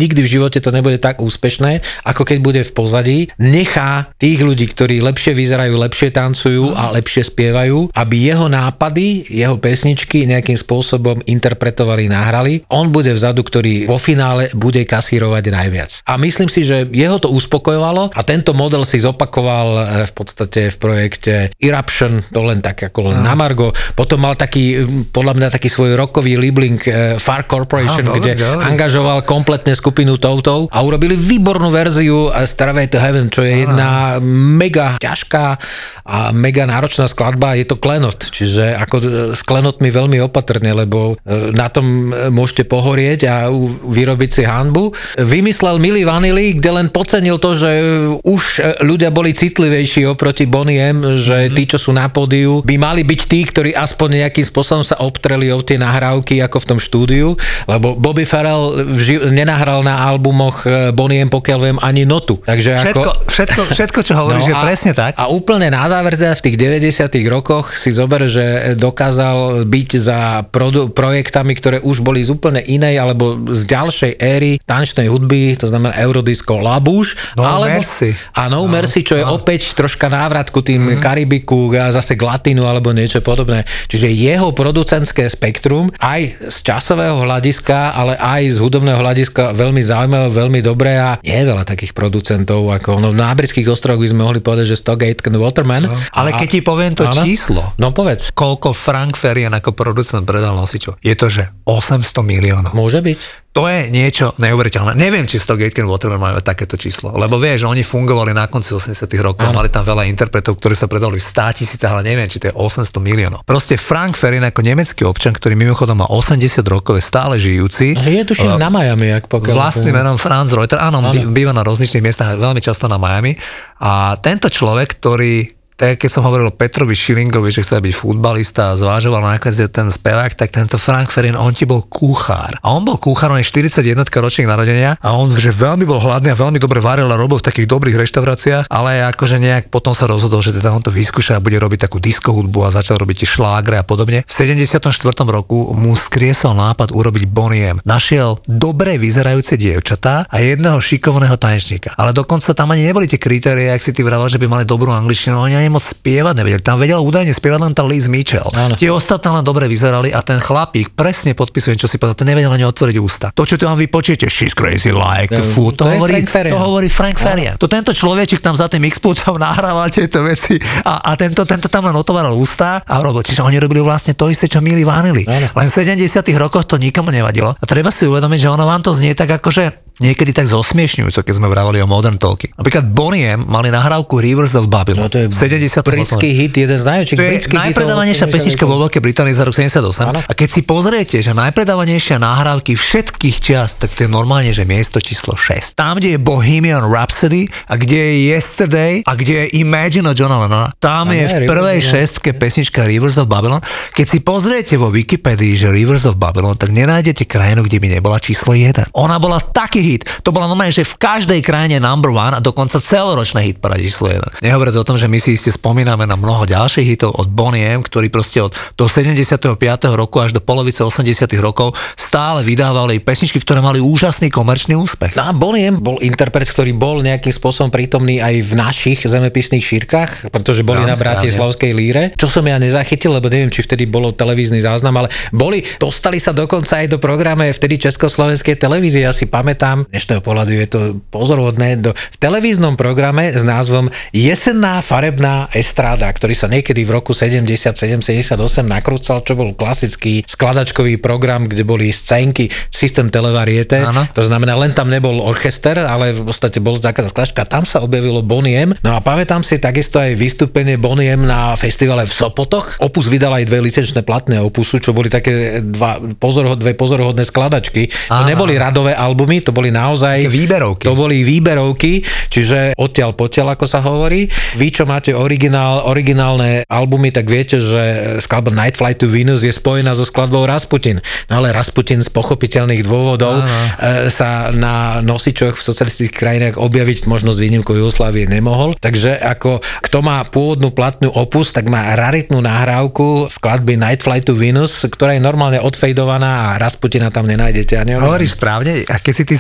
nikdy v živote to nebude tak úspešné, ako keď bude v pozadí, nechá tých ľudí, ktorí lepšie vyzerajú, lepšie tancujú a lepšie spievajú, aby jeho nápady, jeho pesničky nejakým spôsobom interpretovali, nahrali. On bude vzadu, ktorý vo finále bude kasírovať najviac. A myslím si, že jeho to uspokojovalo a tento model si zopakoval v podstate v projekte Eruption, to len tak ako len na margo. Potom mal taký, podľa mňa taký svoj rockový libling Far Corporation, Aha, kde dobre. angažoval kompletne skupinu Toutov a urobili výbornú verziu Stairway to Heaven, čo je Aha. jedna mega ťažká a mega náročná skladba. Je to klenot, čiže ako s klenotmi veľmi opatrne, lebo na tom môžete pohorieť a vyrobiť si hanbu. Vymyslel Milli Vanilli, kde len podcenil to, že už ľudia boli citlivejší oproti Bonnie M, že tí, čo sú na pódiu, by mali byť tí, ktorí aspoň nejakým spôsobom sa obtreli o tie nahrávky ako v tom štúdiu, lebo Bobby Farrell ži- nenahral na albumoch Bonnie M, pokiaľ viem, ani notu. Takže všetko, ako... všetko, všetko, čo hovoríš, no je presne tak. A úplne na záver teda v tých deväťdesiatych rokoch si zober, že dokázal byť za produ- projektami, ktoré už boli z úplne inej alebo z ďalšej éry tančnej hudby, to znamená Eurodisco Labouche. No alebo, Mercy. A No, no Mercy, čo je no. opäť troška návrat ku tým mm. Karibiku a zase k Latinu alebo niečo podobné. Čiže jeho producentské spektrum aj z časového hľadiska, ale aj z hudobného hľadiska veľmi zaujímavé, veľmi dobré a nie je veľa takých producentov ako no, na britských ostrovoch by sme mohli povedať, že Stock Aitken Waterman. No. Ale keď ti poviem to áno? číslo, no povedz. Koľko Frank Farian ako producent predal nosičov, je to, že osemsto miliónov. Môže byť. To je niečo neuveriteľné. Neviem, či Stock Aitken Waterman majú takéto číslo, lebo vieš, že oni fungovali na konci osemdesiatych rokov, áno. mali tam veľa interpretov, ktorí sa predali v státisícach, ale neviem, či to je osemsto miliónov. Proste Frank Farian ako nemecký občan, ktorý mimochodom má osemdesiat rokov, je stále žijúci. Je tuším uh, na Miami, ak pokiaľ. Vlastným menom Franz Reuter, áno, áno. býva na rozličných miestach, veľmi často na Miami. A tento človek, ktorý tak keď som hovoril o Petrovi Schillingovi, že chcel byť futbalista a zvážoval nakoniec ten spevák, tak tento Frank Farian, on ti bol kuchár. A on bol kuchár, on je štyridsaťjeden ročník narodenia a on že veľmi bol hladný a veľmi dobre varil a robil v takých dobrých reštauráciách, ale akože nejak potom sa rozhodol, že teda on to vyskúša a bude robiť takú disco hudbu a začal robiť tie šlágre a podobne. V sedemdesiatom štvrtom roku mu skriesol nápad urobiť Bonnie M. Našiel dobre vyzerajúce dievčatá a jedného šikovného tanečníka. Ale dokonca tam ani neboli tie kritérie, ak si ty vravel, že by mali dobrú angličtinu, oni moc spievať nevedel. Tam vedel údajne spievať len tá Liz Mitchell. Áno. Tie ostatné len dobre vyzerali a ten chlapík presne podpisuje, čo si povedal, ten nevedel ani otvoriť ústa. To, čo tu vám vypočujete, she's crazy like a fool, to, to, hovorí, to hovorí Frank Farian. To tento človečik tam za tým X-Putom nahrával tieto veci a, a tento, tento tam len otváral ústa a robil. Čiže oni robili vlastne to isté, čo Milli Vanilli. Áno. Len v sedemdesiatych rokoch to nikomu nevadilo. A treba si uvedomiť, že ono vám to znie tak akože niekedy tak zosmiešňujúco, keď sme vravali o Modern Talking. Napríklad Bonnie M mali nahrávku Rivers of Babylon. No to je britský hit, jeden z najväčších britských hitov. To je najpredávanejšia pesnička vo Veľkej Británii za rok sedemdesiatosem. Áno. A keď si pozriete, že najpredávanejšia nahrávky všetkých čias, tak to je normálne, že miesto číslo šesť. Tam, kde je Bohemian Rhapsody a kde je Yesterday a kde je Imagine od Johna Lennona, tam je v prvej šestke pesnička Rivers of Babylon. Keď si pozriete vo Wikipedii, že Rivers of Babylon, tak nenájdete krajinu, kde by nebola číslo jeden. Ona bola taký hit. To bola normálne, že v každej krajine number one a dokonca celoročné hit parade číslo jeden. Nehovoriac o tom, že my si iste spomíname na mnoho ďalších hitov od Bonnie M, ktorý proste od do sedemdesiateho piateho roku až do polovice osemdesiatych rokov stále vydávali pesničky, ktoré mali úžasný komerčný úspech. No a Bonnie M bol interpret, ktorý bol nejakým spôsobom prítomný aj v našich zemepisných šírkach, pretože boli ja, na Bratislavskej líre. Čo som ja nezachytil, lebo neviem, či vtedy bolo televízny záznam, ale boli, dostali sa dokonca aj do programe vtedy Československej televízie, ja si pamätám. Dnešného pohľadu je to pozoruhodné. Do, v televíznom programe s názvom Jesenná farebná estráda, ktorý sa niekedy v roku sedemdesiatsedem sedemdesiatosem nakrúcal, čo bol klasický skladačkový program, kde boli scénky, systém televariete. Áno. To znamená, len tam nebol orchester, ale v podstate bolo taká skladačka. Tam sa objavilo Bonnie M. No a pamätám si takisto aj vystúpenie Bonnie M na festivale v Sopotoch. Opus vydal aj dve licenčné platné Opusu, čo boli také dva pozorhod, dve pozorohodné skladačky. To neboli radové albumy, to boli naozaj výberovky. To boli výberovky, čiže odtiaľ potiaľ, ako sa hovorí. Vy, čo máte originál, originálne albumy, tak viete, že skladba Night Flight to Venus je spojená so skladbou Rasputin. No ale Rasputin z pochopiteľných dôvodov Aha. sa na nosičoch v socialistických krajinách objaviť možno z výnimkou Jugoslávie nemohol. Takže ako kto má pôvodnú platnú Opus, tak má raritnú nahrávku skladby Night Flight to Venus, ktorá je normálne odfejdovaná a Rasputina tam nenájdete. Hovoríš správne, a keď si ty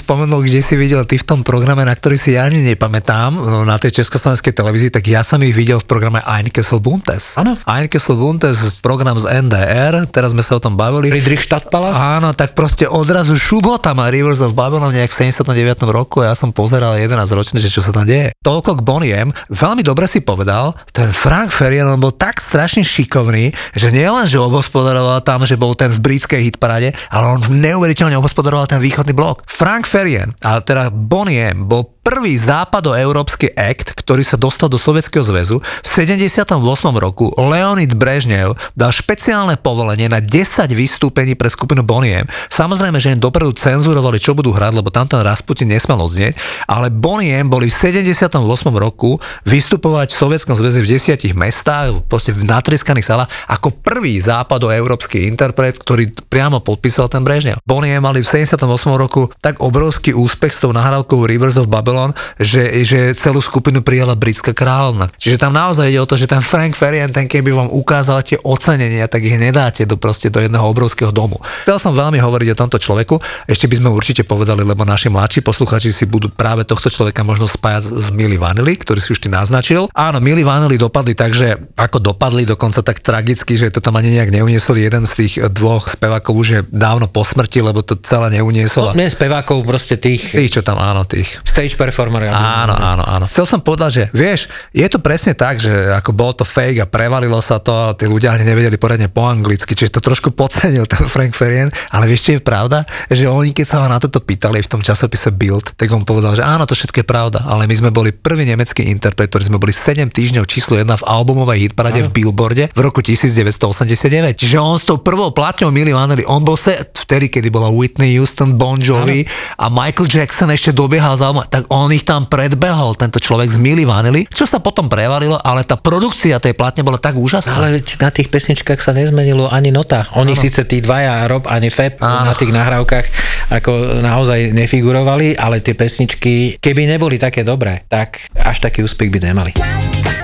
spomenul, kde si videl ty v tom programe, na ktorý si ja ani nepamätám, no, na tej československej televízii, tak ja som ich videl v programe Ein Kessel Buntes. Áno. Ein Kessel Buntes, program z en dé er, teraz sme sa o tom bavili. Friedrichstadtpalast? Áno, tak proste odrazu šubo tam a Rivers of Babylon nejak v sedemdesiatom deviatom roku a ja som pozeral jedenásť ročný, že čo sa tam deje. Toľko k Bonnie M. Veľmi dobre si povedal, ten Frank Farian, on bol tak strašne šikovný, že nielen, že obhospodaroval tam, že bol ten v britskej hitparáde, ale on neuveriteľne obhospodaroval ten východný blok. Frank Farian, a teda Bonnie M. bol prvý západoeurópsky akt, ktorý sa dostal do Sovietskeho zväzu. V sedemdesiatom ôsmom roku Leonid Brežnev dal špeciálne povolenie na desať vystúpení pre skupinu Bonnie M. Samozrejme, že im dopredu cenzurovali, čo budú hrať, lebo tam ten Rasputin nesmal odznieť, ale Bonnie M. boli v sedemdesiatom ôsmom roku vystupovať v Sovietskom zväze v desiatich mestách, proste v natrieskaných salách, ako prvý západoeurópsky interpret, ktorý priamo podpísal ten Brežnev. Bonnie M. mali v sedemdesiatom ôsmom roku tak obrovský úspech s tou nahrávkou Rivers of Babylon, že, že celú skupinu prijala britská kráľovna. Čiže tam naozaj ide o to, že ten Frank Farian, ten keby vám ukázal tie ocenenia, tak ich nedáte do, proste do jedného obrovského domu. Chcel som veľmi hovoriť o tomto človeku, ešte by sme určite povedali, lebo naši mladší posluchači si budú práve tohto človeka možno spájať s Milli Vanilli, ktorý si už ty naznačil. Áno, Milli Vanilli dopadli tak, že ako dopadli dokonca tak tragicky, že to tam ani nejak neuniesol jeden z tých dvoch spevákov už je dávno po smrti, lebo to celé neuniesol. No, nie spevákov, proste tých... Tých, čo tam, áno, tých. Stage performer. Áno, áno, áno. Chcel som povedať, že vieš, je to presne tak, že ako bolo to fake a prevalilo sa to a tí ľudia ani nevedeli poriadne po anglicky, čiže to trošku podcenil ten Frank Farian, ale vieš, čo je pravda? Že oni, keď sa ho na toto pýtali v tom časopise Bild, tak on povedal, že áno, to všetko je pravda, ale my sme boli prvý nemecký interpret, ktorý sme boli sedem týždňov číslo jedna v albumovej hitparade v Billboarde v roku devätnásťstoosemdesiatdeväť. Čiže on s tou prvou platňou Milli Vanilli, on bol se vtedy, kedy bola Whitney Houston, Bon Jovi a Michael Jackson ešte dobiehal za album, tak on ich tam predbehol, tento človek z Milli Vanilli, čo sa potom prevalilo, ale tá produkcia tej platne bola tak úžasná. Ale na tých pesničkách sa nezmenilo ani nota. Oni ano. Síce tí dvaja, Rob ani Fab, ano. Na tých nahrávkach ako naozaj nefigurovali, ale tie pesničky, keby neboli také dobré, tak až taký úspech by nemali.